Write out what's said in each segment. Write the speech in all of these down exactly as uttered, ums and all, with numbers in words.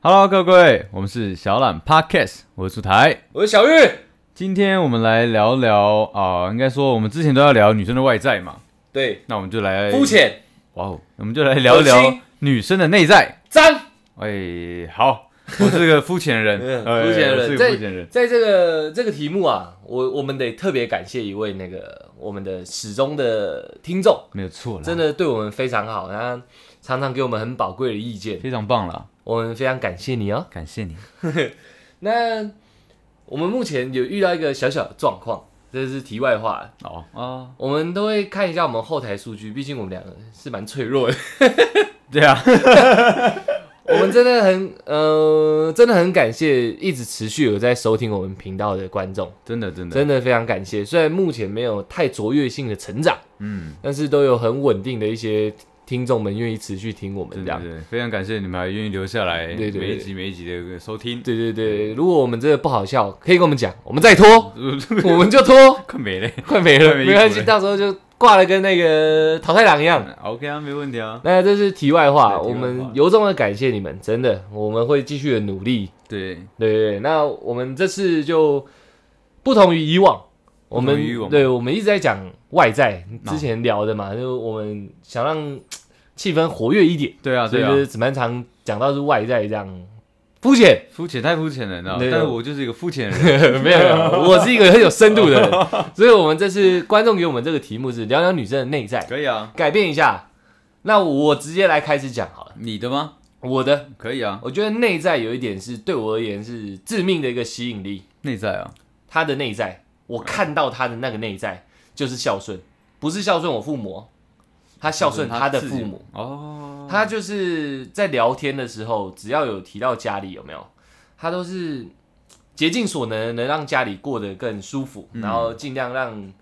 Hello， 各位，我们是小懒 Podcast， 我是出台， 我是小玉。 今天我们来聊聊啊、呃，应该说我们之前都要聊女生的外在嘛， 对， 那我们就来肤浅， 哇哦，我们就来聊一聊女生的内在。 脏， 哎，好，我是个肤浅人， 嗯肤浅人， 是个肤浅人。 在这个这个题目啊，我我们得特别感谢一位那个我们的始终的听众， 没有错啦， 真的对我们非常好，他常常给我们很宝贵的意见， 非常棒啦， 我们非常感谢你哦， 感谢你。 那我们目前有遇到一个小小的状况，这是题外话哦啊， 我们都会看一下我们后台数据，毕竟我们两个是蛮脆弱的。 对啊， 我们真的很呃，真的很感谢一直持续有在收听我们频道的观众， 真的真的真的非常感谢。虽然目前没有太卓越性的成长， 嗯， 但是都有很稳定的一些听众们愿意持续听我们这样。 对对对，非常感谢你们还愿意留下来， 对对对每一集每一集的收听。 对对对，如果我们真的不好笑，可以跟我们讲，我们再拖，我们就拖， 快没了， 快没了， 快没衣服了没关系，到时候就挂了跟那个淘汰郎一样。 OK 啊，没问题啊。 那这是题外话， 对题外话我们由衷的感谢你们，真的，我们会继续的努力。 对对对对，那我们这次就不同于以往，我们不同于以往对我们一直在讲外在，之前聊的嘛，就我们想让气氛活跃一点， 对啊，对啊所以就是只蛮常讲到是外在这样肤浅， 肤浅太肤浅了，你知道吗？ 对但是我就是一个肤浅的人。 没有没有，我是一个很有深度的人，所以我们这次观众给我们这个题目是聊聊女生的内在， 可以啊， 改变一下。那我直接来开始讲好了， 你的吗？ 我的， 可以啊， 我觉得内在有一点是对我而言是致命的一个吸引力。 内在啊， 他的内在，我看到他的那个内在就是孝顺，不是孝顺我父母，他孝顺他的父母。 哦， 他就是在聊天的时候，只要有提到家里有没有，他都是竭尽所能能让家里过得更舒服， 嗯然后尽量让，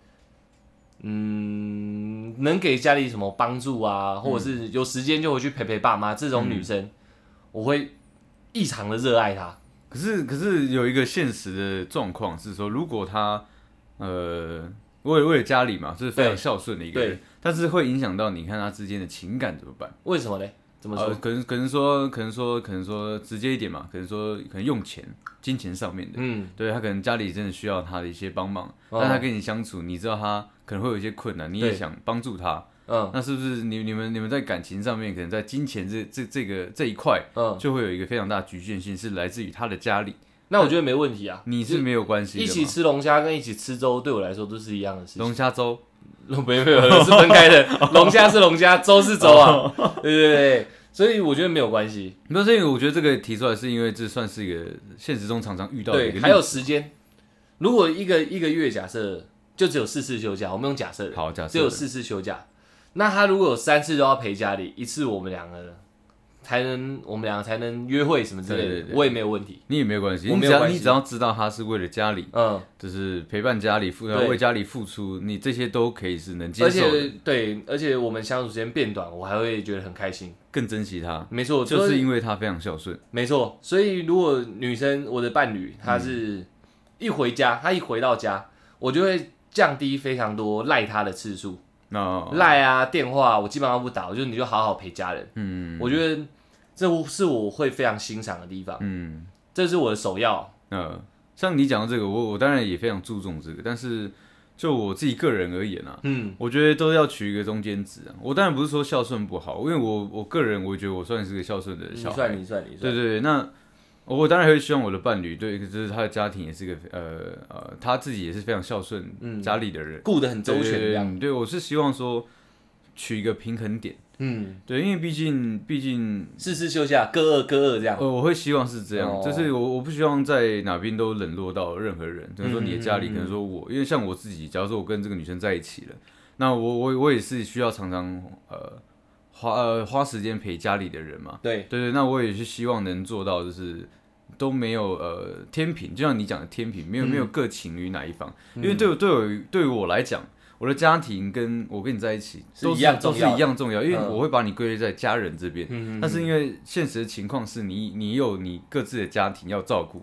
嗯，能给家里什么帮助啊，或者是有时间就回去陪陪爸妈。这种女生，我会异常的热爱她。 可是可是有一个现实的状况是说，如果他呃为为了家里嘛，就是非常孝顺的一个人，但是会影响到你看他之间的情感怎么办？ 为什么呢？怎么说？ 呃、可能可能说可能说可能说直接一点嘛，可能说可能用钱金钱上面的， 嗯， 对他可能家里真的需要他的一些帮忙， 哦但他跟你相处，你知道他可能会有一些困难，你也想帮助他。 嗯， 那是不是你你们你们在感情上面，可能在金钱这这这个这一块， 嗯， 就会有一个非常大的局限性，是来自于他的家里。 那我觉得没问题啊， 你是没有关系的嘛， 一起吃龙虾跟一起吃粥对我来说都是一样的事情。 龙虾粥， 没有没有是分开的，龙虾是龙虾，粥是粥啊，对对对，所以我觉得没有关系。 不是因为我觉得这个提出来是因为这算是一个现实中常常遇到的一个例对， 子， 还有时间。如果一个一个月假设就只有四次休假，我们用假设的， 好假设只有四次休假，那他如果有三次都要陪家里，一次我们两个才能，我们两个才能约会什么之类的， 对对对我也没有问题。 你也没有关系， 我没有关系你只要你只要知道他是为了家里， 嗯， 就是陪伴家里，付对为家里付出，你这些都可以是能接而受的， 且对，而且我们相处时间变短，我还会觉得很开心。 更珍惜他， 没错， 就是因为他非常孝顺。 没错，所以如果女生我的伴侣她是一回家，她一回到家，我就会降低非常多赖她的次数， 那赖啊电话我基本上不打，我就你就好好陪家人。 嗯我觉得这是我会非常欣赏的地方， 嗯这是我的首要。 呃，像你讲的这个，我我当然也非常注重这个，但是就我自己个人而言啊， 嗯， 我觉得都要取一个中间值啊。我当然不是说孝顺不好，因为我我个人我觉得我算是个孝顺的你小孩。 算你算你算， 对对对，那我当然会希望我的伴侣对，就是他的家庭也是个呃呃，他自己也是非常孝顺家里的人， 顾得很周全这样。 对对对，对我是希望说取一个平衡点。 嗯， 对，因为毕竟毕竟四次休假各二各二这样。 呃，我会希望是这样， 哦就是我我不希望在哪边都冷落到任何人，可能说你的家里， 嗯嗯嗯可能说我，因为像我自己，假如说我跟这个女生在一起了，那我我我也是需要常常呃花呃花时间陪家里的人嘛， 对对对，那我也是希望能做到就是都没有呃天平，就像你讲的天平，没有、 嗯没有各倾于哪一方，因为对我对我对于我来讲。我的家庭跟我跟你在一起都是一样都是一样重要，因为嗯我会把你归类在家人这边。 嗯嗯嗯但是因为现实的情况是你你有你各自的家庭要照顾，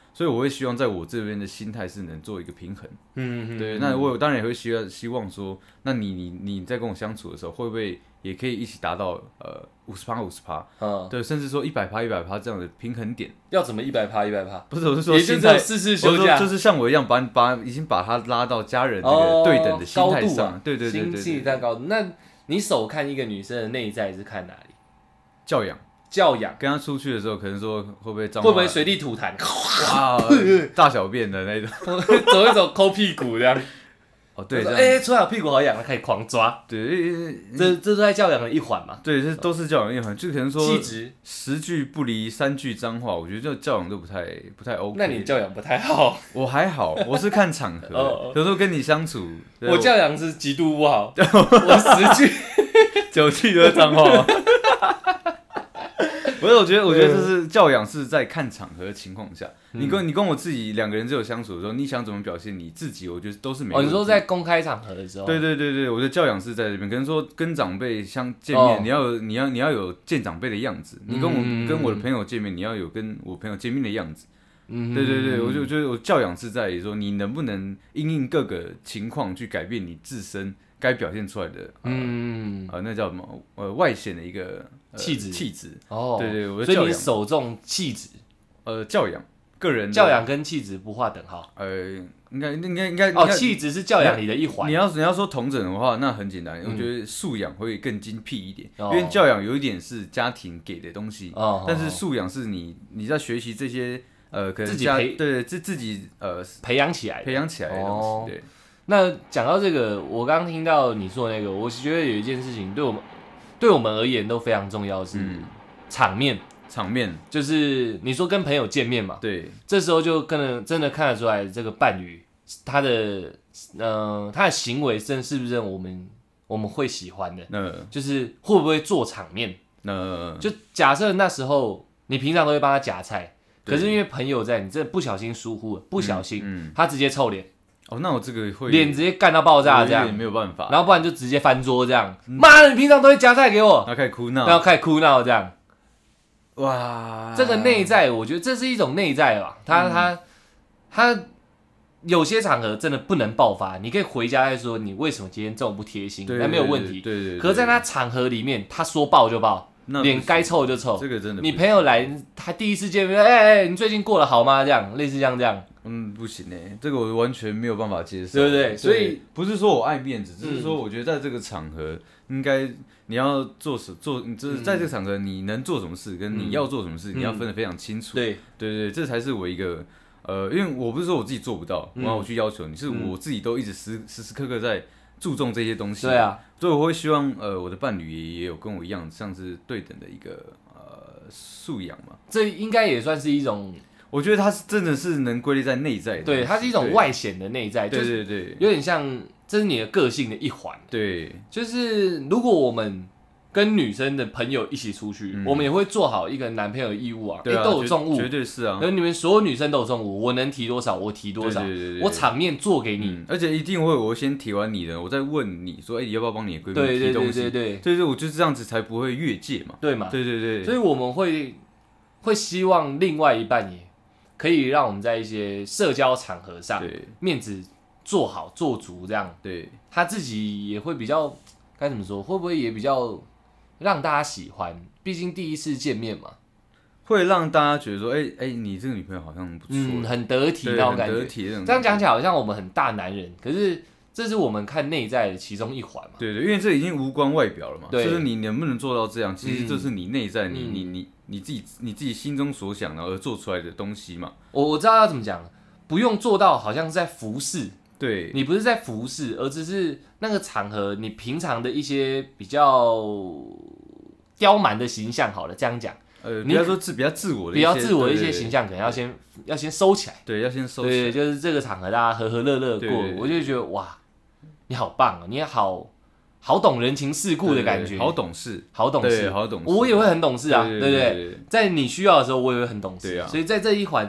所以我会希望在我这边的心态是能做一个平衡。 嗯嗯， 对，那我当然也会希望希望说，那你你你在跟我相处的时候，会不会也可以一起达到呃五十趴五十趴， 嗯， 对，甚至说一百趴一百趴这样的平衡点。 要怎么一百趴一百趴？ 不是，我是说也就只有四次休假， 就是像我一样把把已经把他拉到家人那个对等的心态上， 哦、 对对对对对， 心理上高度。那你首看一个女生的内在是看哪里？ 教养。 教养， 跟他出去的时候，可能说会不会脏， 会不会随地吐痰， 哇，大小便的那种， 走一走抠屁股这样。 哦，对， 哎、欸，出来屁股好痒，开始狂抓。 对， 这这都在教养的一环嘛。 对，这都是教养一环，就可能说气质， 十句不离三句脏话，我觉得这教养都不太不太 OK。 那你教养不太好。 我还好，我是看场合，有时候跟你相处， 我教养是极度不好，我十句九句都是脏话。不是，我觉得，我觉得这是教养是在看场合的情况下，嗯、你跟你跟我自己两个人只有相处的时候，你想怎么表现你自己，我觉得都是没问题。 哦，你说在公开场合的时候， 对对对对，我觉得教养是在这边。可能说跟长辈相见面，哦、你要有你要你要有见长辈的样子，你跟我、嗯、跟我的朋友见面，你要有跟我朋友见面的样子。嗯，对对对，我就觉得我教养是在于说，你能不能因应各个情况去改变你自身该表现出来的，嗯呃，那叫什么？呃，外显的一个气质， 气质。 哦， 对对，我所以你首重气质， 呃，教养，个人教养跟气质不划等号。 呃，应该应该应该哦，气质是教养里的一环。 你要你要说同整的话，那很简单，我觉得素养会更精辟一点，因为教养有一点是家庭给的东西，但是素养是你你在学习这些呃，可能自己培对自自己呃培养起来培养起来的东西，对。 那讲到这个，我刚刚听到你说的那个，我觉得有一件事情对我们对我们而言都非常重要，是场面。嗯、 场面就是你说跟朋友见面嘛， 对， 这时候就可能真的看得出来这个伴侣他的呃他的行为真是不是我们我们会喜欢的， 嗯、 就是会不会做场面。 嗯、 就假设那时候你平常都会帮他夹菜，可是因为朋友在，你真的不小心疏忽了，不小心、嗯嗯、他直接臭脸。 哦，那我这个会脸直接干到爆炸，这样没有办法， 然后不然就直接翻桌这样。妈、嗯、的，你平常都会夹菜给我， 然后开始哭闹， 然后开始哭闹这样。 哇， 这个内在，我觉得这是一种内在吧。他、嗯、他他有些场合真的不能爆发，你可以回家再说你为什么今天这么不贴心，那没有问题。 对 对, 对, 对, 对。 可是在他场合里面，他说爆就爆，脸该臭就臭。 这个真的， 你朋友来，他第一次见面，哎、欸、哎、欸，你最近过得好吗？这样类似像这样。 嗯，不行哎，这个我完全没有办法接受， 对不对？所以不是说我爱面子，只是说我觉得在这个场合，应该你要做什做，就是在这个场合你能做什么事，跟你要做什么事，你要分得非常清楚。对对对，这才是我一个呃，因为我不是说我自己做不到，然后我去要求你，是我自己都一直时时时刻刻在注重这些东西。 对啊， 所以我会希望呃我的伴侣也有跟我一样，像是对等的一个呃素养嘛。 这应该也算是一种。 我觉得它是真的是能归类在内在的， 对，它是一种外显的内在， 对对对， 有点像这是你的个性的一环， 对， 就是如果我们跟女生的朋友一起出去，嗯、我们也会做好一个男朋友的义务啊， 对啊， 都有重物， 绝对是啊， 而你们所有女生都有重物，我能提多少我提多少， 对对对对对， 我场面做给你、 嗯，而且一定会我先提完你的，我再问你说，哎、欸，你要不要帮你的闺蜜提东西？ 对对对对对， 对对，我就是这样子才不会越界嘛， 对嘛， 对对对， 所以我们会会希望另外一半也。可以让我们在一些社交场合上，面子做好做足，这样， 对， 他自己也会比较该怎么说？会不会也比较让大家喜欢？毕竟第一次见面嘛， 会让大家觉得说，哎、欸、哎、欸，你这个女朋友好像不错、 嗯，很得体那种感觉。 得体那种感觉， 这样讲起来好像我们很大男人，可是这是我们看内在的其中一环嘛。 对对，因为这已经无关外表了嘛，就是你能不能做到这样，其实这是你内在，嗯、你你你。你自己你自己心中所想然后而做出来的东西嘛， 我我知道要怎么讲，不用做到好像是在服侍， 对， 你不是在服侍，而只是那个场合你平常的一些比较刁蛮的形象，好了，这样讲， 呃，比较说自比较自我的比较自我的一些形象，可能要先要先收起来， 对，要先收起来， 对，就是这个场合大家和和乐乐过，對對對，我就覺得哇，你好棒哦，你好。好懂人情世故的感覺， 好懂事， 好懂事， 好懂事。 我也會很懂事啊， 對對不對？在你需要的時候，我也會很懂事。 對啊， 所以在這一環，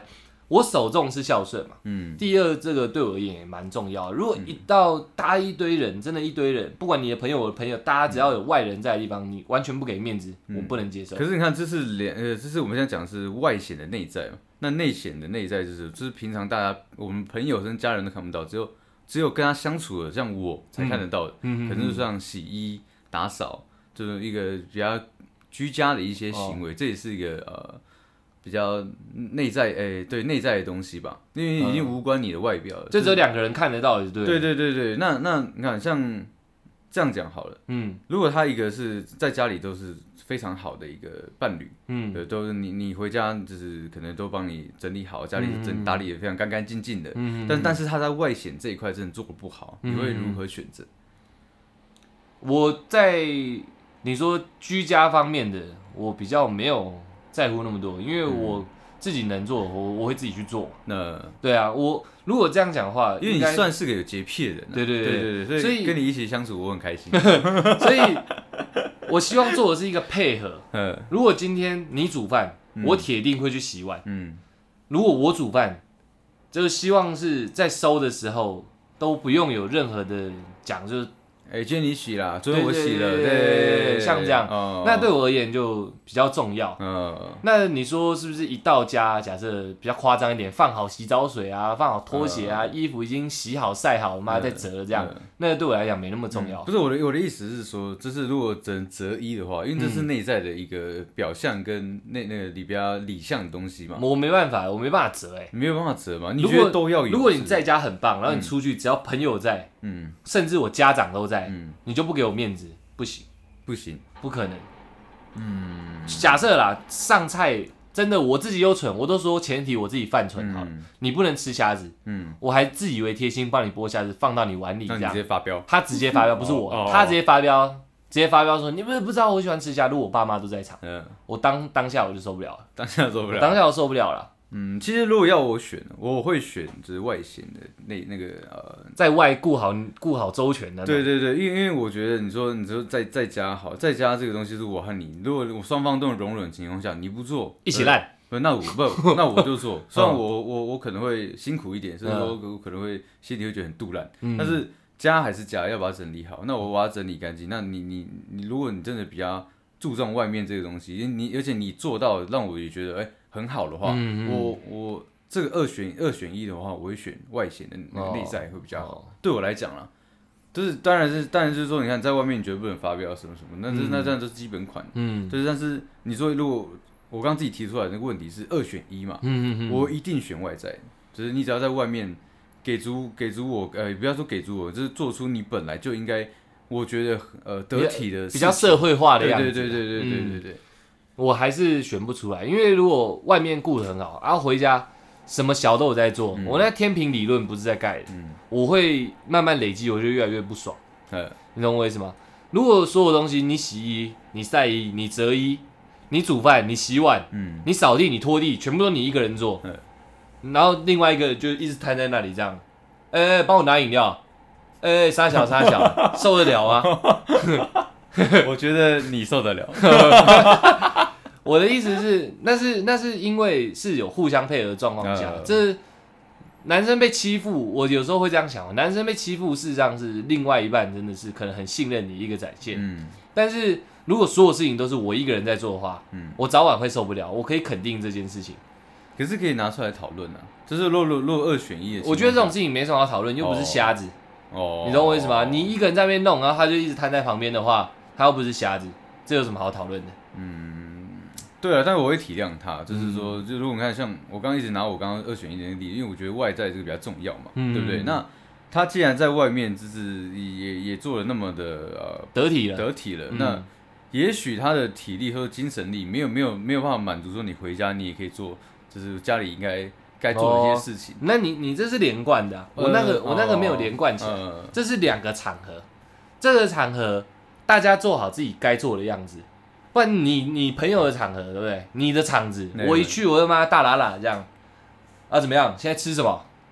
我首重是孝顺嘛， 嗯， 第二这个对我而言也蛮重要的。如果一到大一堆人，真的一堆人，不管你的朋友我的朋友，大家只要有外人在的地方，你完全不给面子，嗯、我不能接受。 可是你看，这是两呃，这是我们现在讲的是外显的内在嘛，那内显的内在就是就是平常大家我们朋友跟家人都看不到，只有只有跟他相处的像我才看得到的，嗯、可能就像洗衣打扫，就是一个比较居家的一些行为，哦、这也是一个呃。比较内在，诶、欸，对内在的东西吧，因为已经无关你的外表了， 就只有两个人看得到的，对。 对对对对，那那你看，像这样讲好了，嗯，如果他一个是在家里都是非常好的一个伴侣，嗯，对，都是你你回家就是可能都帮你整理好，家里整打理也非常干干净净的，嗯，但但是他在外显这一块真的做得不好，你会如何选择？ 我在你说居家方面的，我比较没有在乎那么多，因为我自己能做，我我会自己去做。那对啊，我如果这样讲的话， 因为你算是个有洁癖的人、啊， 对对对对对，所以跟你一起相处我很开心。 所以，我希望做的是一个配合。如果今天你煮饭，我铁定会去洗碗。嗯，如果我煮饭，就是希望是在收的时候都不用有任何的讲，就是。 哎、欸，今天你洗啦，昨天我洗了， 对，对对像这样，哦、那对我而言就比较重要。嗯，那你说是不是一到家，假设比较夸张一点，放好洗澡水啊，放好拖鞋啊，嗯、衣服已经洗好晒好，妈再折这样，嗯、那对我来讲没那么重要。 嗯、不是我的我的意思是说，就是如果只能择一的话，因为这是内在的一个表象跟那那个里边理象的东西嘛。 我没办法，我没办法折哎、欸， 没有办法折嘛。你觉得都要有？ 如果你在家很棒，然后你出去，只要朋友在，嗯，甚至我家长都在。嗯，你就不给我面子，不行， 不行， 不可能。嗯，假设啦，上菜真的我自己又蠢，我都说前提我自己犯蠢好了，嗯、你不能吃虾子，嗯，我还自以为贴心帮你剥虾子放到你碗里，这样直接发飙， 他直接发飙，不是我，哦、他直接发飙，直接發飙說你們不知道我喜歡吃蝦，如果我爸媽都在場，嗯，我當當下我就受不了了， 當下受不了， 當下我受不了了。 嗯，其實如果要我選，我會選就是外顯的那那個呃， 在外顧好顧好周全的。 對對對，因為因為我覺得你說你說在在家好，在家這個東西是我和你，如果我雙方都能容忍的情況下，你不做一起爛， 不那我不那我就做，雖然我我我可能會辛苦一點，甚至說我可能會心裡會覺得很肚爛，嗯、但是家還是家，要把它整理好，那我把它整理乾淨，那你你你如果你真的比較注重外面這個東西，你而且你做到讓我也覺得哎。欸很好的話，嗯嗯我我這個二選二選一的話，我會選外顯的那個內在會比較好。哦、對我來講啦，就是當然是當然就是說，你看在外面你絕對不能發飆什麼什麼，那是、嗯、那這樣就是基本款。嗯，就是但是你說如果我剛剛自己提出來的那個問題是二選一嘛，嗯嗯嗯我一定選外在，就是你只要在外面給足給足我，呃，不要說給足我，就是做出你本來就應該我覺得呃得體的比較社會化的樣子。 對對對對對對對對。嗯我還是選不出來，因為如果外面顧得很好，然後回家什麼小都有在做，嗯、我那天平理論不是在蓋的，嗯、我會慢慢累積，我就越來越不爽。嗯、你懂我意思嗎？如果所有東西你洗衣、你曬衣、你折衣、你煮飯、你洗碗、嗯、你掃地、你拖地，全部都你一個人做，嗯、然後另外一個就一直攤在那裡這樣，哎、欸，幫我拿飲料，哎、欸，三小三小，受得了嗎？ 我覺得你受得了。 我的意思是，那是那是因為是有互相配合的狀況下，呃、這男生被欺負，我有時候會這樣想，男生被欺負事實上是另外一半真的是可能很信任你一個展現。嗯、但是如果所有事情都是我一個人在做的話，嗯、我早晚會受不了。我可以肯定這件事情， 可是可以拿出來討論啊。就是若若若二選一的， 我覺得這種事情沒什麼好討論，又不是瞎子。哦，你懂我意思嗎？你一個人在那邊弄，然後他就一直攤在旁邊的話，他又不是瞎子，這有什麼好討論的？嗯。 對啊，但是我會體諒他，就是說，就如果你看像我剛剛一直拿我剛剛二選一的那個例子，因為我覺得外在這個比較重要嘛，嗯、對不對？那他既然在外面就是也也做了那麼的呃得體了， 得體了，嗯、那也許他的體力或者精神力沒有沒有沒有辦法滿足說你回家你也可以做，就是家裡應該該做的一些事情。哦、 那你你這是連貫的、啊，我那個、呃、我那個沒有連貫起來，呃、這是兩個場合，這個場合大家做好自己該做的樣子。不然你你朋友的場合對不對？你的場子，我一去我就媽大喇喇這樣啊怎麼樣？現在吃什麼？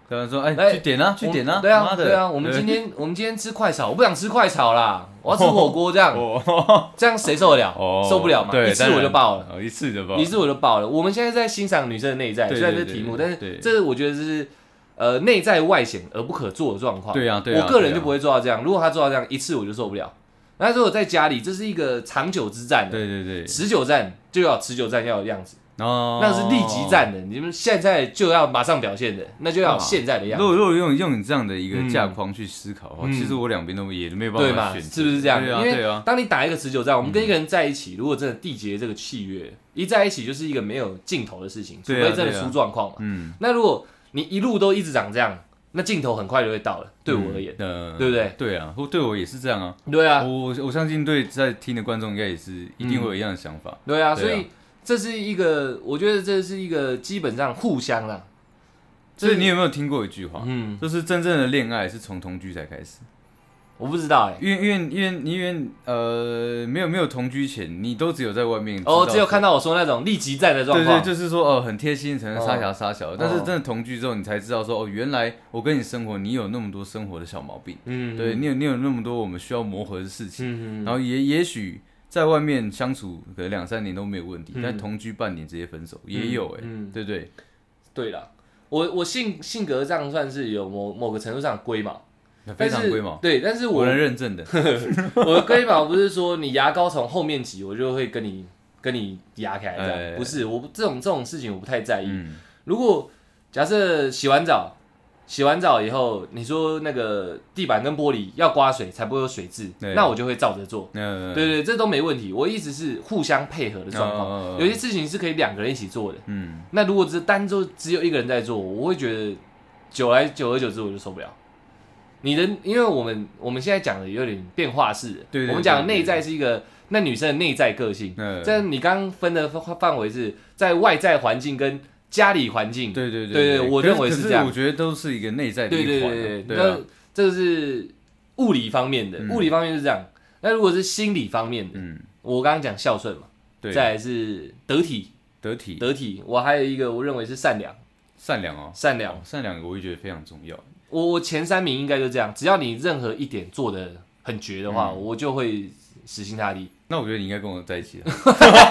对啊，说哎去点啊，去点啊， 对啊，对啊，我们今天我们今天吃快炒，我不想吃快炒啦，我要吃火锅这样，这样谁受得了？受不了嘛，一次我就爆了， 一次就爆， 一次我就爆了。我们现在在欣赏女生的内在，虽然这题目，但是这我觉得是呃内在外显而不可做的状况。 对啊，对啊， 我个人就不会做到这样。如果他做到这样一次我就受不了。那如果在家里，这是一个长久之战， 对对对， 持久战就要持久战要有样子。 哦， 那是立即战的，你们现在就要马上表现的，那就要有现在的样子。 如果如果用用你这样的一个架框去思考的话，嗯、其实我两边都也没有办法选择， 是不是这样？ 对啊， 因为当你打一个持久战，我们跟一个人在一起，如果真的缔结这个契约，一在一起就是一个没有尽头的事情，除非真的出状况嘛。嗯，那如果你一路都一直长这样，那尽头很快就会到了。对我而言， 嗯、 对不对？ 对啊，对我也是这样啊。 对啊， 我我相信对在听的观众应该也是一定会有一样的想法。 嗯、对啊，所以。这是一个，我觉得这是一个基本上互相啦。 所以你有没有听过一句话？嗯，就是真正的恋爱是从同居才开始。 我不知道哎、欸， 因为因为因为因为呃，没有没有同居前，你都只有在外面哦，只有看到我说那种立即战的状况， 对对，就是说哦，很贴心，才能杀小杀小。哦、但是真的同居之后，你才知道说哦，原来我跟你生活，你有那么多生活的小毛病，嗯，对你有你有那么多我们需要磨合的事情，嗯嗯，然后也也许。在外面相处可能两三年都没有问题，嗯、但同居半年直接分手、嗯、也有哎、欸，嗯、对不对？ 对啦，我我性性格上算是有某某个程度上的龟毛， 非常龟毛。 对，但是我我能认证的。 我的龟毛不是说你牙膏从后面挤，我就会跟你跟你压开这样，哎、不是我这种这种事情我不太在意。嗯、如果假设洗完澡。洗完澡以后，你说那个地板跟玻璃要刮水才不会有水渍，那我就会照着做。对对对，这都没问题。我意思是互相配合的状况，有些事情是可以两个人一起做的。嗯，那如果只单做只有一个人在做，我会觉得久来久而久之我就受不了。你的，因为我们我们现在讲的有点变化式的， 对对对， 我们讲的内在是一个那女生的内在个性，这你刚刚分的范围是在外在环境跟。家里环境， 对对对对, 对, 对，我认为是这样。 我觉得都是一个内在的一环、啊。 对对对对，那、啊、这是物理方面的，嗯、物理方面是这样。那如果是心理方面的，嗯，我刚刚讲孝顺嘛，对，再来是得体， 得体， 得体。我还有一个，我认为是善良， 善良哦， 善良， 哦、善良，我也觉得非常重要。 我我前三名应该就这样，只要你任何一点做的很绝的话，嗯、我就会死心塌地。 那我觉得你应该跟我在一起了。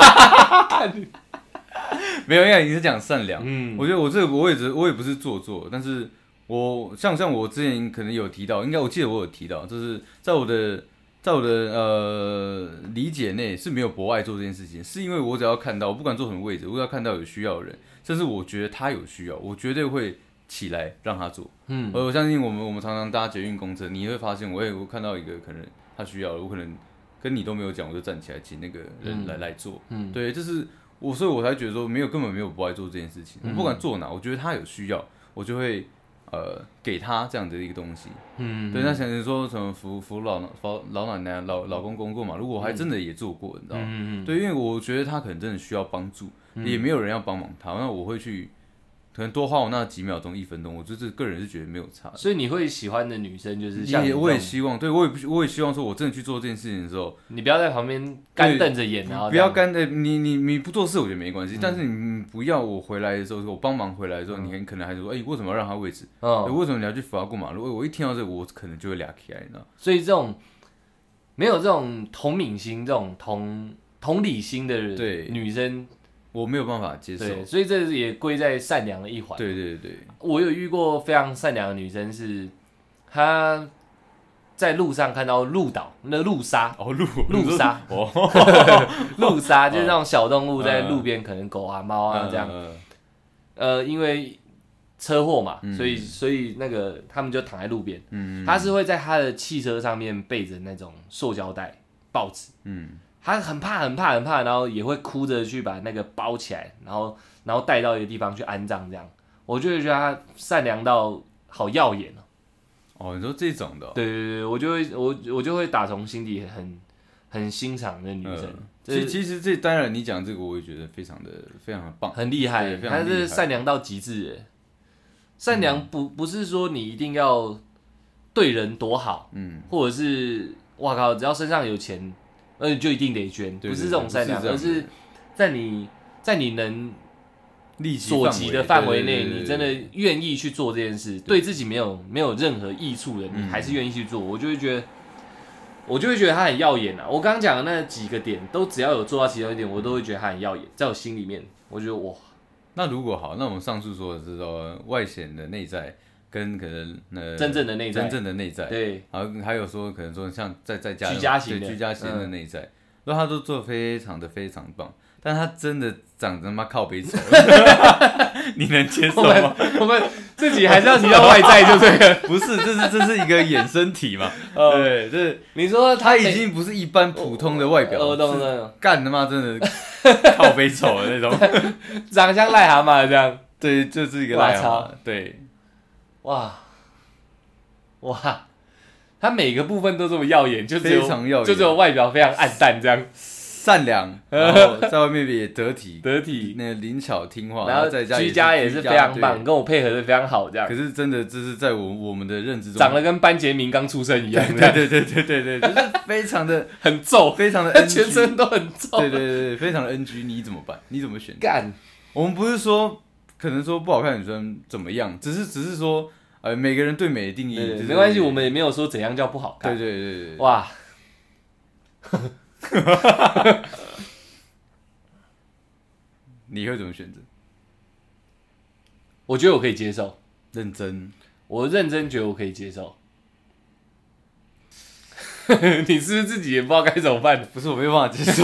没有，因为你是讲善良，嗯，我觉得我这个我也只我也不是做作，但是我像像我之前可能有提到，应该我记得我有提到，就是在我的在我的呃理解内是没有博爱做这件事情，是因为我只要看到，我不管做什么位置，我只要看到有需要的人，甚至我觉得他有需要，我绝对会起来让他做，嗯，而我相信我们我们常常搭捷运公车，你会发现我也我看到一个可能他需要的，我可能跟你都没有讲，我就站起来请那个人来、嗯、来做，嗯，对，就是。我所以，我才觉得说没有根本没有不爱做这件事情。我不管做哪，我觉得他有需要，我就会呃给他这样的一个东西。嗯，对。那像你说什么扶扶老老老奶奶、老老公公过马路，我还真的也做过，你知道吗？嗯嗯。对，因为我觉得他可能真的需要帮助，嗯、也没有人要帮忙他，那我会去。可能多花我那几秒钟、一分钟，我就是个人是觉得没有差。 所以你会喜欢的女生就是像你， 我也希望，对我也我也希望说，我真的去做这件事情的时候， 你不要在旁边干瞪着眼啊， 不要干的，你你你不做事我觉得没关系，嗯、但是你不要我回来的时候，我帮忙回来的时候，嗯、你很可能还是说，哎、欸，为什么要让他位置？嗯、欸，为什么你要去扶他过马路？我一听到这个，我可能就会俩起来，你知道？ 所以这种没有这种同理心、这种同同理心的女生。 我没有办法接受， 对，所以这也归在善良的一环。 对对对， 我有遇过非常善良的女生，是她在路上看到鹿岛那鹿鲨， 哦鹿鹿鲨， 哦鹿鲨就是那种小动物在路边，可能狗啊猫啊这样，呃，因为车祸嘛，所以所以那个他们就躺在路边，嗯，他是会在他的汽车上面备着那种塑胶袋、报纸，嗯。他很怕很怕很怕，然后也会哭着去把那个包起来，然后然后带到一个地方去安葬，这样，我就会觉得他善良到好耀眼哦。 哦，你说这种的、哦？ 对对对，我就会我我就会打从心底很很欣赏的女生。嗯、 其其实这当然你讲这个，我也觉得非常的非常的棒， 很厉害。他是善良到极致的，善良不不是说你一定要对人多好，嗯，或者是哇靠，只要身上有钱。呃，就一定得捐，不是这种善良，而是在你在你能所及的范围内，你真的愿意去做这件事，对自己没有没有任何益处的，你还是愿意去做，我就会觉得。我就会觉得他很耀眼啊！我刚刚讲的那几个点，都只要有做到其中一点，我都会觉得他很耀眼，在我心里面，我觉得哇。 那如果好，那我们上述说的是说外显的内在跟可能呃真正的内在， 真正的内在， 对， 然后还有说可能说像在在家居家型的居家型的内在，然后他都做得非常的非常棒，但他真的长得他妈靠北丑，你能接受吗？ 我们自己还是要提到外在，就对了。 不是，这是这是一个衍生体嘛？对，这你说他已经不是一般普通的外表， 我懂了， 干他妈真的靠北丑的那种， 长相癞蛤蟆这样。 对，就是一个癞蛤蟆。对， 哇哇，他每个部分都这么耀眼，就只有非常耀眼， 就只有外表非常暗淡这样。 善良，然后在外面也得体， 得体， 那个灵巧听话， 然后在家居家也是非常棒，跟我配合的非常好，这样。 可是真的，这是在我我们的认知中， 长得跟班杰明刚出生一样， 对对对对对对，就是非常的很皱， 非常的 N G， 全身都很皱， 对对对，非常的 N G， 你怎么办？你怎么选？ 干， 我们不是说可能说不好看的女生怎么样，只是只是说呃每个人对美的定义， 对对没关系，我们也没有说怎样叫不好看， 对对对对， 哇。 你会怎么选择？ 我觉得我可以接受， 认真， 我认真觉得我可以接受。你是不是自己也不知道该怎么办？ 不是我没办法接受，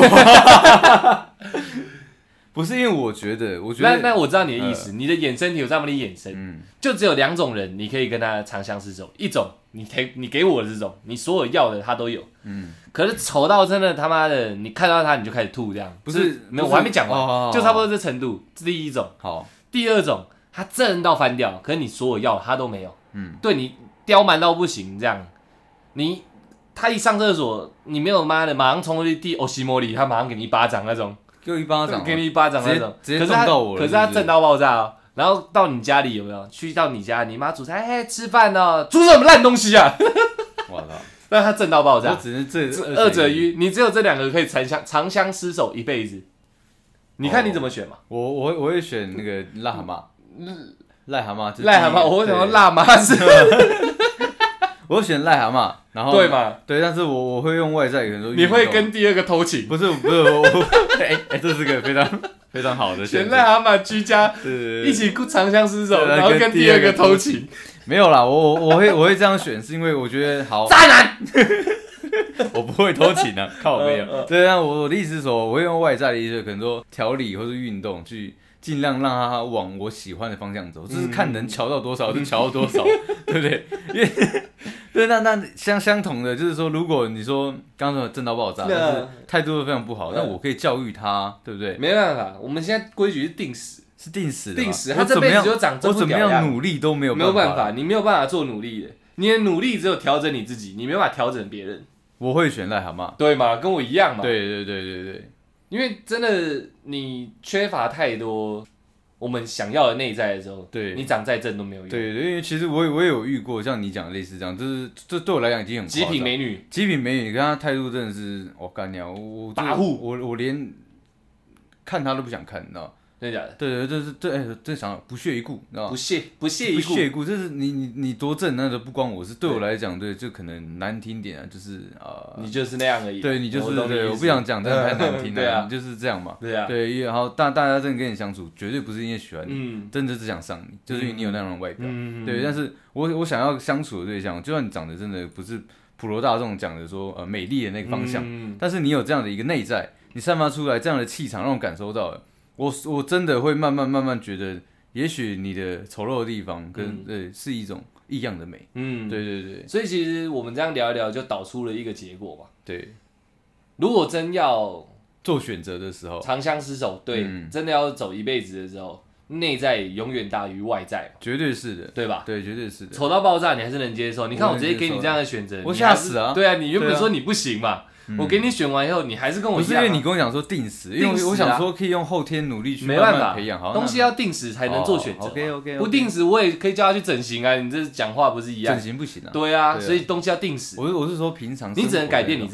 不是因为我觉得，我觉得那那我知道你的意思，呃、你的衍生体有这么的衍生， 嗯， 就只有两种人，你可以跟他长相厮守，一种你给你给我的这种，你所有要的他都有，嗯。可是丑到真的他妈的，你看到他你就开始吐这样， 不是没有，我还没讲完， 哦、 就差不多这程度，这第一种。 好， 第二种他正到翻掉，可是你所有要他都没有，嗯，对你刁蛮到不行这样，你他一上厕所，你没有妈的马上冲过去递欧西莫里，他马上给你一巴掌那种， 给我一巴掌， 给你一巴掌那种， 直接撞到我了， 可是他正到爆炸哦。然后到你家里有没有？去到你家，你妈煮菜，嘿，吃饭哦，煮什么烂东西啊！ 我操！ 但他正到爆炸， 我只能这二者一，你只有这两个可以长相长相厮守一辈子。你看你怎么选嘛？ 我我我会选那个癞蛤蟆，癞蛤蟆， 癞蛤蟆，我为什么辣妈是？ 我选癞蛤蟆，然后对嘛？ 对，但是我我会用外在，可能说你会跟第二个偷情？ 不是不是，我哎哎，这是个非常非常好的选择。选癞蛤蟆居家，一起长相厮守，然后跟第二个偷情。 没有啦，我我我会我会这样选，是因为我觉得好渣男， 我不会偷情啊，靠没有。对啊，我我的意思是说，我会用外在的一些可能说调理或是运动去。尽量让他往我喜欢的方向走，就是看能瞧到多少就瞧到多少，对不对？因为对，那那相相同的就是说，如果你说刚刚说正到爆炸，但是态度非常不好，那我可以教育他，对不对？ 没办法，我们现在规矩是定死， 是定死的， 定死。他这辈子就长这副屌样， 我怎么样努力都没有没有办法，你没有办法做努力的，你的努力只有调整你自己，你没有办法调整别人。 我会选癞蛤蟆， 对嘛？跟我一样嘛。 对对对对对， 因为真的你缺乏太多。我们想要的内在的时候， 对你长再正都没有用。 对对，因为其实我也我也有遇过像你讲的类似这样，就是这对我来讲已经很极品美女， 极品美女，跟她态度真的是我干娘，我跋扈， 我我连看她都不想看，你知道？ 真的假的？ 对对，这是对，哎，这想不屑一顾，你知道吗？ 不屑不屑一顾， 不屑一顾，就是你你你多正，那个不关我事。对我来讲，对，就可能难听点啊，就是呃， 你就是那样而已。 对你就是对，我不想讲，真的太难听了。 对啊， 你就是这样嘛。 对啊， 对，然后大大家真的跟你相处，绝对不是因为喜欢你，真的只想上你，就是因为你有那样的外表。对，但是我我想要相处的对象，就算你长得真的不是普罗大众讲的说呃美丽的那个方向，但是你有这样的一个内在，你散发出来这样的气场，让我感受到了。我我真的会慢慢慢慢觉得，也许你的丑陋的地方跟、嗯、对是一种异样的美。嗯，对对对。 所以其实我们这样聊一聊，就导出了一个结果嘛。 对， 如果真要做选择的时候， 长相厮守，对，嗯、真的要走一辈子的时候，内在永远大于外在嘛。 绝对是的， 对吧？ 对，绝对是的。 丑到爆炸，你还是能接受。你看我直接给你这样的选择， 我吓死啊！ 对啊，你原本说你不行嘛。我给你选完以后，你还是跟我一样、啊。 不是因为你跟我讲说定时，因为我想说可以用后天努力去慢慢培养。好， 东西要定时才能做选择。 OK OK。 不定时我也可以叫他去整形啊，你这讲话不是一样？ 整形不行啊。 对啊，所以东西要定时。 我是我是说平常， 你只能改变你自己。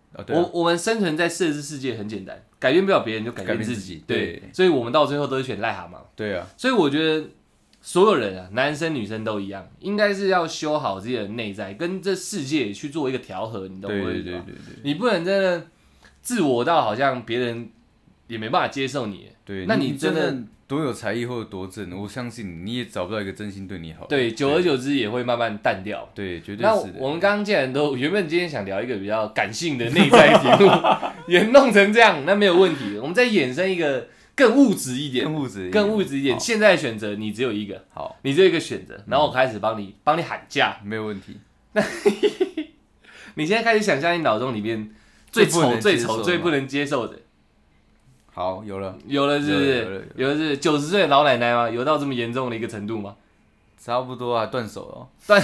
啊对啊、 我我们生存在设置世界很简单，改变不了别人就改变自己。己对，对所以我们到最后都是选癞蛤蟆。 对啊， 所以我觉得所有人啊，男生女生都一样，应该是要修好自己的内在，跟这世界去做一个调和。你懂我意思吗？对对对对对，你不能真的自我到好像别人也没办法接受你。对，那你真的。 多有才艺或者多正，我相信你也找不到一个真心对你好。 对，久而久之也会慢慢淡掉。 对，绝对是的。 那我们刚刚既然都原本今天想聊一个比较感性的内在题目，也弄成这样，那没有问题。我们再衍生一个更物质一点， 更物质一点， 更物质一点。现在的选择你只有一个， 好， 你只有一个选择，然后我开始帮你帮你喊价， 没有问题。 那你现在开始想象你脑中里面最丑、最丑、最不能接受的。 好，有了， 有了，是不是？有了是九十岁的老奶奶吗？有到这么严重的一个程度吗？ 差不多啊，断手了。 断，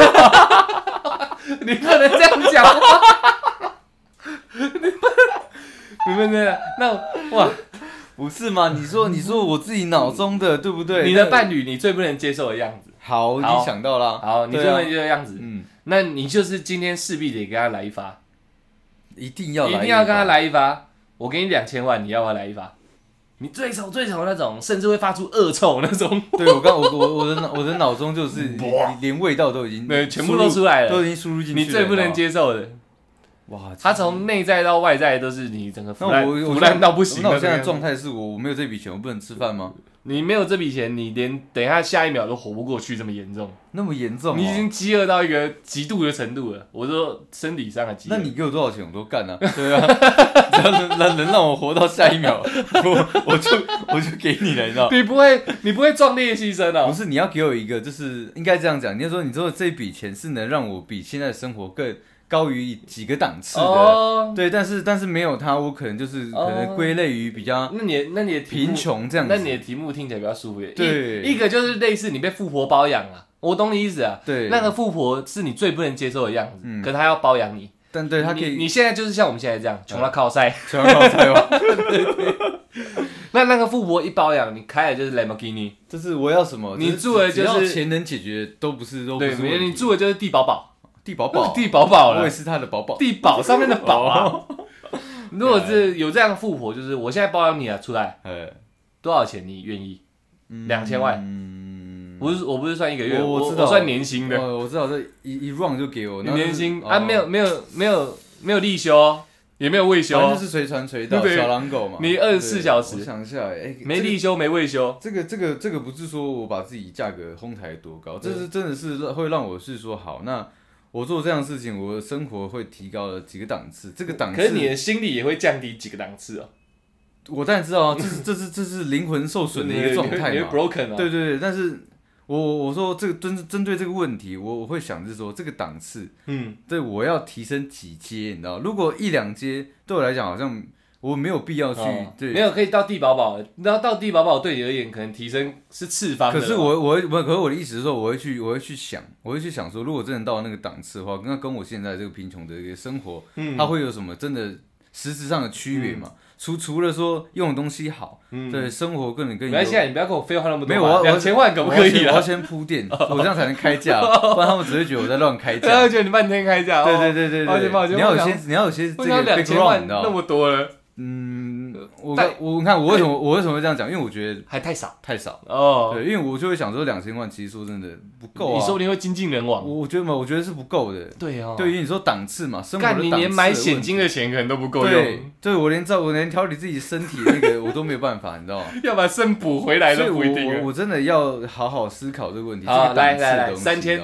你不能这样讲。你不能，你不能这样。那哇， 不是吗？你说，你说我自己脑中的，对不对？ 你的伴侣，你最不能接受的样子。 好，我已经想到了。 好，你最不能接受的样子。嗯，那你就是今天势必得给他来一发， 一定要， 一定要跟他来一发。我给你两千万，你要不要来一发？你最丑最丑那种，甚至会发出恶臭那种。 对我刚我我我的我的脑中就是连味道都已经对全部都出来了， 都已经输入进去了。 你最不能接受的，哇！它从内在到外在都是你整个腐烂腐烂到不行。 那我现在的状态是我我没有这笔钱，我不能吃饭吗？ 你没有这笔钱，你连等一下下一秒都活不过去，这么严重， 那么严重、哦， 你已经饥饿到一个极度的程度了。我说身体上的饥饿。 那你给我多少钱，我都干啊！对啊，只要能能能让我活到下一秒，我我就我就给你了，你知道？ 你不会你不会壮烈牺牲啊、哦？ 不是，你要给我一个，就是应该这样讲，你要说你说这笔钱是能让我比现在的生活更高于几个档次的， oh, 对，但是但是没有它，我可能就是可能归类于比较， 那你那你的贫穷这样子， 那你的题目听起来比较舒服一点。 对， 一个就是类似你被富婆包养啊，我懂你意思啊。 对， 那个富婆是你最不能接受的样子，嗯、可是她要包养你， 但对她可以你， 你现在就是像我们现在这样，穷到靠塞， 穷到靠塞哦。 对对。那那个富婆一包养你，开的就是 Lamborghini， 就是我要什么， 你住的就是只要钱能解决，都不是都不是问题。 对，你住的就是地堡堡。 地宝宝， 地宝宝了， 我也是他的宝宝， 地宝上面的宝啊。如果是有这样的富婆，就是我现在包养你啊，出来，多少钱你愿意？两千万，不是我不是算一个月，我我算年薪的， 我知道这一一 round 就给我年薪啊，没有没有没有没有例休，也没有未休， 反正就是随传随到，小狼狗嘛。 你二十四小时， 我想一下，哎， 没例休没未休， 这个这个这个不是说我把自己价格哄抬多高，这是真的是会让我是说好那。我做这样的事情，我的生活会提高了几个档次。这个档次， 可是你的心理也会降低几个档次哦。 我当然知道啊，这是这是这是灵魂受损的一个状态嘛。 broken 啊。 对对对，但是我我说这个针针对这个问题，我我会想是说这个档次，嗯，对我要提升几阶，你知道？如果一两阶对我来讲好像。我没有必要去，哦、对， 没有可以到地堡堡，然后到地堡堡对你而言可能提升是次方的。 可是我我我，可是我的意思是说，我会去我会去想，我会去想说，如果真的到那个档次的话，那跟我现在这个贫穷的一个生活，嗯、它会有什么真的实质上的区别嘛？嗯、除除了说用的东西好，嗯、对生活更能更有。 没关系，你不要跟我废话那么多。 没有，我两千万可不可以我要先铺垫，我这样才能开价，不然他们只会觉得我在乱开价。 他会觉得你半天开价。 对对对对对，你要有些你要有些这个 background， 你知道吗？ 那么多了。 嗯，我我看我为什么我为什么会这样讲？因为我觉得还太少， 太少哦。 对，因为我就会想说，两千万其实说真的不够啊。 你说不定会精尽人亡。 我我觉得嘛，我觉得是不够的。 对哦。 对，因为你说档次嘛，生活的档次。 干，你连买现金的钱可能都不够用。 对，对我连照我连调理自己身体那个我都没有办法，你知道吗？ 要把肾补回来都不一定。 我我真的要好好思考这个问题。 好，来来来，三千。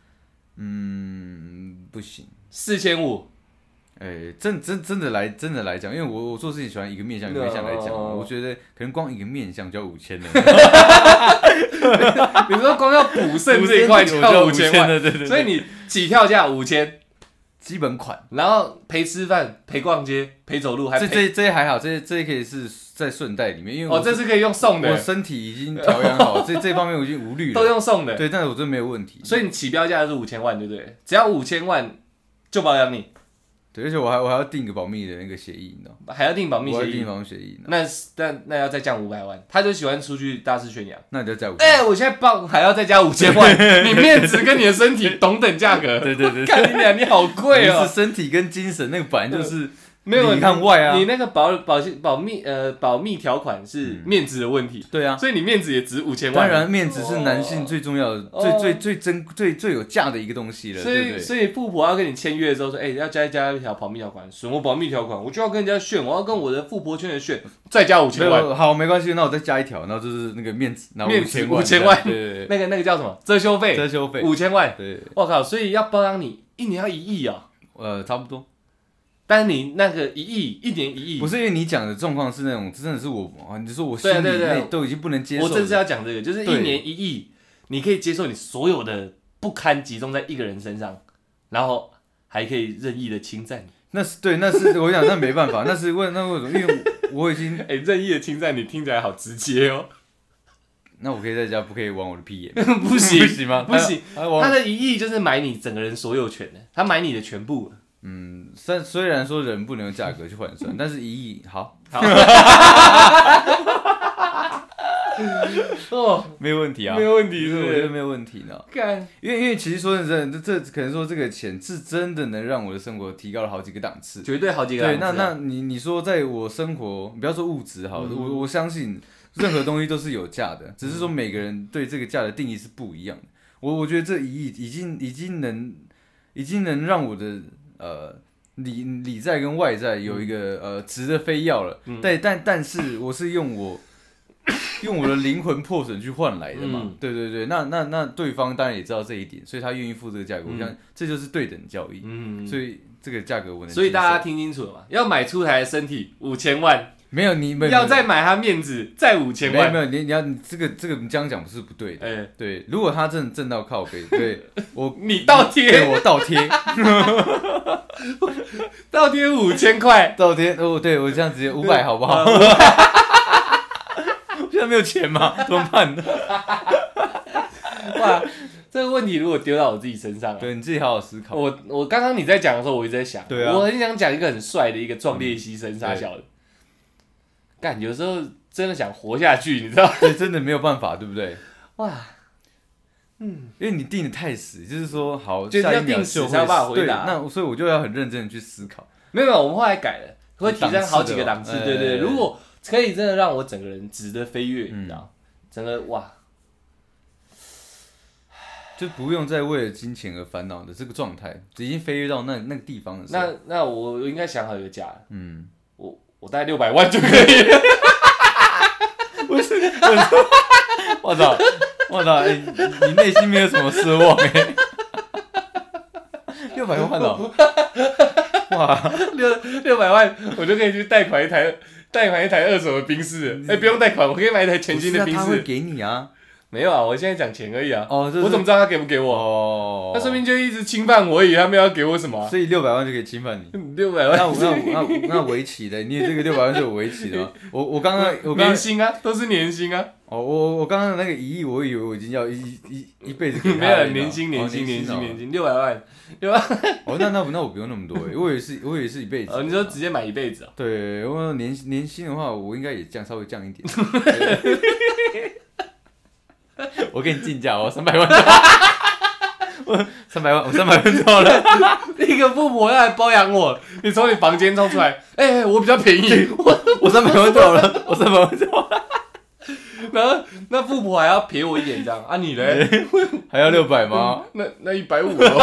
嗯，不行。 四千五。 哎、欸，真真真的来真的来讲，因为我我做事情喜欢一个面向一个面向来讲， oh. 我觉得可能光一个面向就要五千了。 你说光要补肾这一块就要五千万， 对对对， 所以你起跳价五千， 基本款， 然后陪吃饭、陪逛街、陪走路，还这这这些还好，这些这些可以是在顺带里面，因为哦，这是可以用送的， 我身体已经调养好，这这方面我已经无虑了， 都用送的， 对，但是我真没有问题。 所以你起标价是五千万，对不对？只要五千万就包养你。 对，而且我还我还要订个保密的那个协议，你知道吗？ 还要订保密协议， 我要订保密协议。 那那那要再降五百万，他就喜欢出去大肆宣扬， 那你就加五。 哎，我现在报还要再加五千万，你面子跟你的身体同等价格。 对对对， 看你俩，你好贵哦。 是身体跟精神那个本来就是。 没有里和外啊， 你那个保保保密呃保密条款是面子的问题， 对啊， 所以你面子也值五千万。 当然，面子是男性最重要的、最最最珍、最最有价的一个东西了。 所以，所以富婆要跟你签约的时候说，哎，要加加一条保密条款，什么保密条款？我就要跟人家炫，我要跟我的富婆圈的炫，再加五千万。 好，没关系，那我再加一条，然后就是那个面子，然后面子五千万， 对， 那个那个叫什么？遮羞费， 遮羞费五千万。 对， 我靠，所以要包养你一年要一亿啊？ 呃，差不多。 但是你那个一亿，一年一亿， 不是因为你讲的状况是那种，真的是我，你说我心里内都已经不能接受。 我正是要讲这个，就是一年一亿，你可以接受你所有的不堪集中在一个人身上，然后还可以任意的侵占你。 那是对，那是我想那没办法，那是为那为什么？因为我已经哎、欸，任意的侵占你听起来好直接哦。 那我可以在家不可以玩我的屁眼？ 不行不行吗？ 不行，他的一亿就是买你整个人所有权的，他买你的全部。 嗯，虽虽然说人不能用价格去换算，但是一亿好，好，哦，没有问题啊， 没有问题是不是， 我觉得没有问题呢。 干， 因为因为其实说真的，这这可能说这个钱是真的能让我的生活提高了好几个档次， 绝对好几个档次、 啊。对，那那你你说在我生活，你不要说物质好，嗯、我我相信任何东西都是有价的，只是说每个人对这个价的定义是不一样的。我我觉得这一亿已经已经能已经能让我的。呃，里里在跟外在有一个、嗯、呃值得非要了，嗯、但但但是我是用我用我的灵魂破损去换来的嘛，嗯、对对对，那那那对方当然也知道这一点，所以他愿意付这个价格，嗯、我想这就是对等交易，嗯、所以这个价格我能接受。 所以大家听清楚了嘛，要买出台的身体五千万。 没有你， 要再买他面子，再五千万。 没有没有，你你要你这个这个你这样讲不是不对的。欸、对，如果他真的挣到靠背，对我你倒贴， 对我倒贴， 倒贴五千块， 倒贴哦，对我这样直接五百好不好？我现在没有钱嘛，怎么办呢？ 哇，这个问题如果丢到我自己身上、啊， 对你自己好好思考。 我我刚刚你在讲的时候，我一直在想， 对啊， 我很想讲一个很帅的一个壮烈牺牲傻小的。干，有时候真的想活下去，你知道？ 对，真的没有办法，对不对？ 哇，嗯， 因为你定的太死，就是说好， 就是要定死才有办法回答。 那所以我就要很认真的去思考。 没有没有，我们后来改了，会提升好几个档次。对 对, 對，如果可以真的让我整个人值得飞跃，你知道？整个哇， 就不用再为了金钱而烦恼的这个状态，已经飞跃到那那个地方的时候。 那那我应该想好一个价了。嗯，我我大概六百万就可以了。 不是，我操，我操，欸、你内心没有什么奢望哎、欸，六百万哦，哇， 六六百万，我就可以去贷款一台贷款一台二手的宾士，哎、欸，不用贷款，我可以买一台全新的宾士。 他会给你啊。 没有啊，我现在讲钱而已啊。 哦， 我怎么知道他给不给我？ 哦， 他说明就一直侵犯我而已，他没有要给我什么、啊。 所以六百万就可以侵犯你。 六百万， 那那那那围棋的，你这个六百万是有围棋的吗？我我刚刚我年薪啊，都是年薪啊。 哦，我我刚刚那个一亿，我以为我已经要一一一辈子给他没有年薪年薪年薪年薪六百万，六百。 哦，那那那我不用那么多哎，我以为是我以为是一辈子。 哦，你说直接买一辈子啊？ 对，我年年薪的话，我应该也降稍微降一点。我给你进价哦，三百万，我三百万，我三百万就好了。 一个富婆要来包养我，你从你房间冲出来，哎、欸，我比较便宜，我我三百万就好了，我三百万就好了。 然后那富婆还要瞥我一眼这样啊，你嘞？ 还要六百吗？ 那那一百五哦。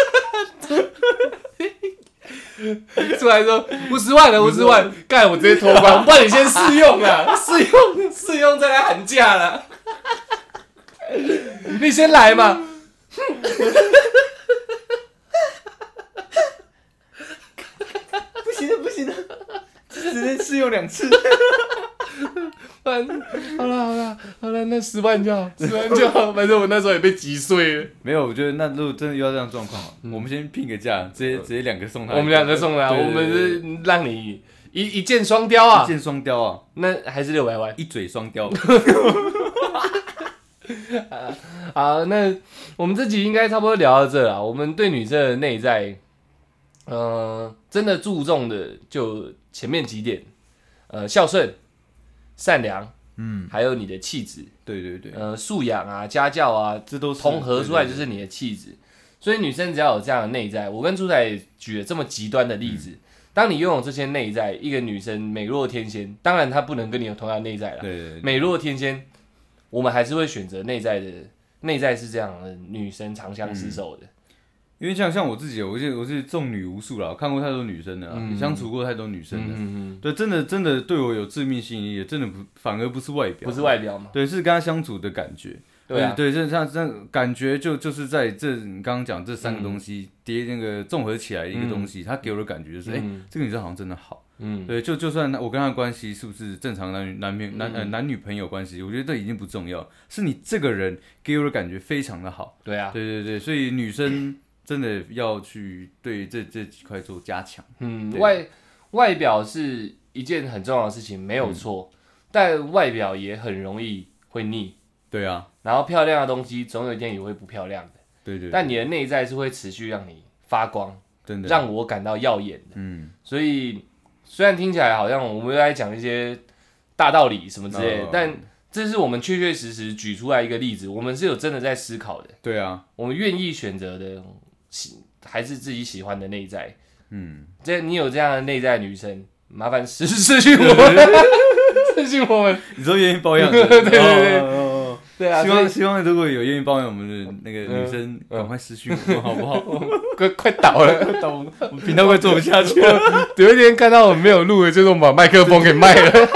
出来说五十万了，五十万，干我直接脱光，不然你先试用啊，试用试用再来喊价啦。你先来嘛。 不行了，不行了，只能试用两次。 好了好了好了，那十万就好，十万就好。反正我那时候也被击碎了。 没有，我觉得那如果真的遇到这样状况，嗯、我们先拼个价，直接直接两个送他。 我们两个送他，我们是让你一一箭双雕啊， 一箭双雕啊， 那还是六百万， 一嘴双雕。 好，那我们这集应该差不多聊到这了。我们对女生的内在呃，真的注重的就前面几点，呃，孝顺、善良，嗯，还有你的气质， 对对对， 呃，素养啊、家教啊， 这都是统合出来就是你的气质。所以女生只要有这样的内在，我跟朱仔举了这么极端的例子。嗯，当你拥有这些内在，一个女生美若天仙，当然她不能跟你有同样的内在啦。 对对对， 美若天仙，我们还是会选择内在的，内在是这样的女生长相厮守的。嗯， 因为像像我自己，我是我是重女无数啦，我看过太多女生了，嗯，相处过太多女生了，嗯嗯嗯，对，真的真的对我有致命吸引力的，真的不反而不是外表， 不是外表嘛， 对，是跟她相处的感觉。对啊，对，这这这感觉就就是在这你刚刚讲这三个东西叠、嗯、那个综合起来一个东西，它、嗯、给我的感觉就是，哎、嗯欸，这个女生好像真的好，嗯，对，就就算我跟她的关系是不是正常男女男女男呃男女朋友关系，我觉得这已经不重要，是你这个人给我的感觉非常的好， 对啊， 对对对，所以女生真的要去对这这几块做加强， 嗯，外外表是一件很重要的事情，没有错，嗯、但外表也很容易会腻。 对啊， 然后漂亮的东西总有一天也会不漂亮的， 对 对, 对。 但你的内在是会持续让你发光， 真的让我感到耀眼的。 嗯， 所以虽然听起来好像我们在讲一些大道理什么之类的，哦、但这是我们确确实实举出来一个例子，我们是有真的在思考的。 对啊， 我们愿意选择的还是自己喜欢的内在。 嗯， 这你有这样的内在的女生，麻烦私私讯我们，私讯我们。 你说愿意包养的，对对对。哦对啊， 希望希望如果有愿意帮我们的那个女生，赶、嗯、快私讯我们好不好？ 快快倒了，快倒， 我们频道快做不下去了。 有一天看到我们没有录的，就是我们把麦克风给卖了。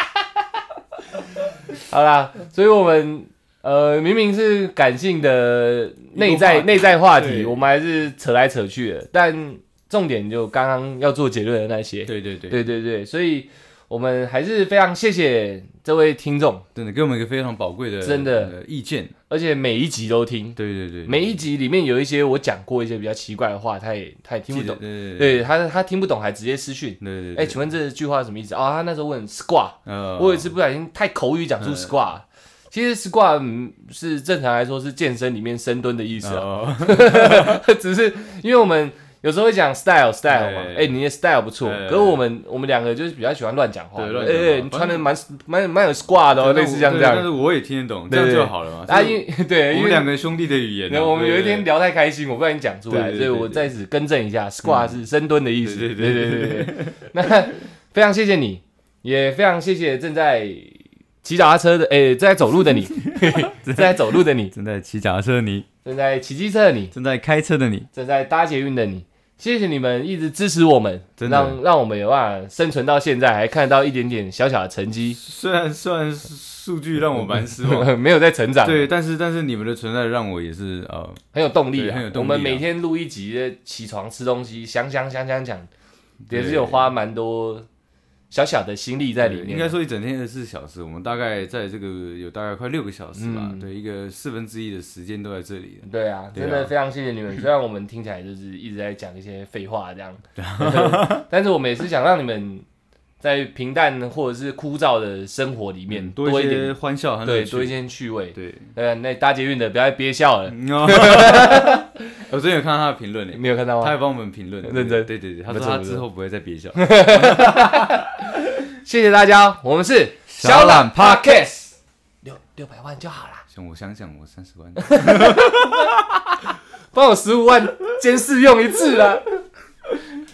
好啦，所以我们呃明明是感性的内在内在话题，我们还是扯来扯去的，但重点就刚刚要做结论的那些。 对对对， 对对对，所以。我们还是非常谢谢这位听众， 真的给我们一个非常宝贵的真的、 呃、意见， 而且每一集都听。 对对 对, 對， 每一集里面有一些我讲过一些比较奇怪的话，他也他也听不懂， 对对对, 對, 對他他听不懂还直接私讯。 对对， 哎、欸，请问这句话什么意思？哦，他那时候问 squat，、哦、我有一次不小心太口语讲出 squat，、嗯、其实 squat、嗯、是正常来说是健身里面深蹲的意思啊，哦、只是因为我们。有时候会讲 style style 嘛，哎、欸，你的 style 不错，可是我们我们两个就是比较喜欢乱讲话，哎、欸，你穿的蛮蛮蛮有 squad 的、哦，类似像这样。 但是我也听得懂，这样就好了嘛。 啊，因对， 我们两个兄弟的语言、啊。 我们有一天聊太开心，我不小心讲出来，所以我在此更正一下 ，squad 是深蹲的意思。对对对对对。那非常谢谢你，也非常谢谢正在骑脚踏车的，哎、欸，正在走路的你，正在走路的你， 正在骑脚踏车的你， 正在骑机车的你， 正在开车的你， 正在搭捷运的你。谢谢你们一直支持我们，让让我们有办法生存到现在，还看到一点点小小的成绩。 虽然虽然数据让我蛮失望， 没有在成长。 对，但是但是你们的存在让我也是呃很有动力啊， 很有动力啊。 我们每天录一集，起床吃东西，想想想想想，也是有花蛮多小小的心力在里面。 应该说一整天二十四小时，我们大概在这个有大概快六个小时吧， 嗯、 对，一个四分之一的时间都在这里。 对啊，真的非常谢谢你们。虽然我们听起来就是一直在讲一些废话这样，但是我们也是想让你们在平淡或者是枯燥的生活里面、嗯、多一点欢笑， 对，多一些趣味。 对， 呃，那搭捷运的不要再憋笑了。 我最近有看到他的评论， 没有看到吗？ 他还帮我们评论， 认真。 对对对，他说他之后不会再憋笑。 谢谢大家，我们是小懒 Podcast， 六六百万就好啦。 行，我想想，我三十万， 帮我十五万监视用一次啦。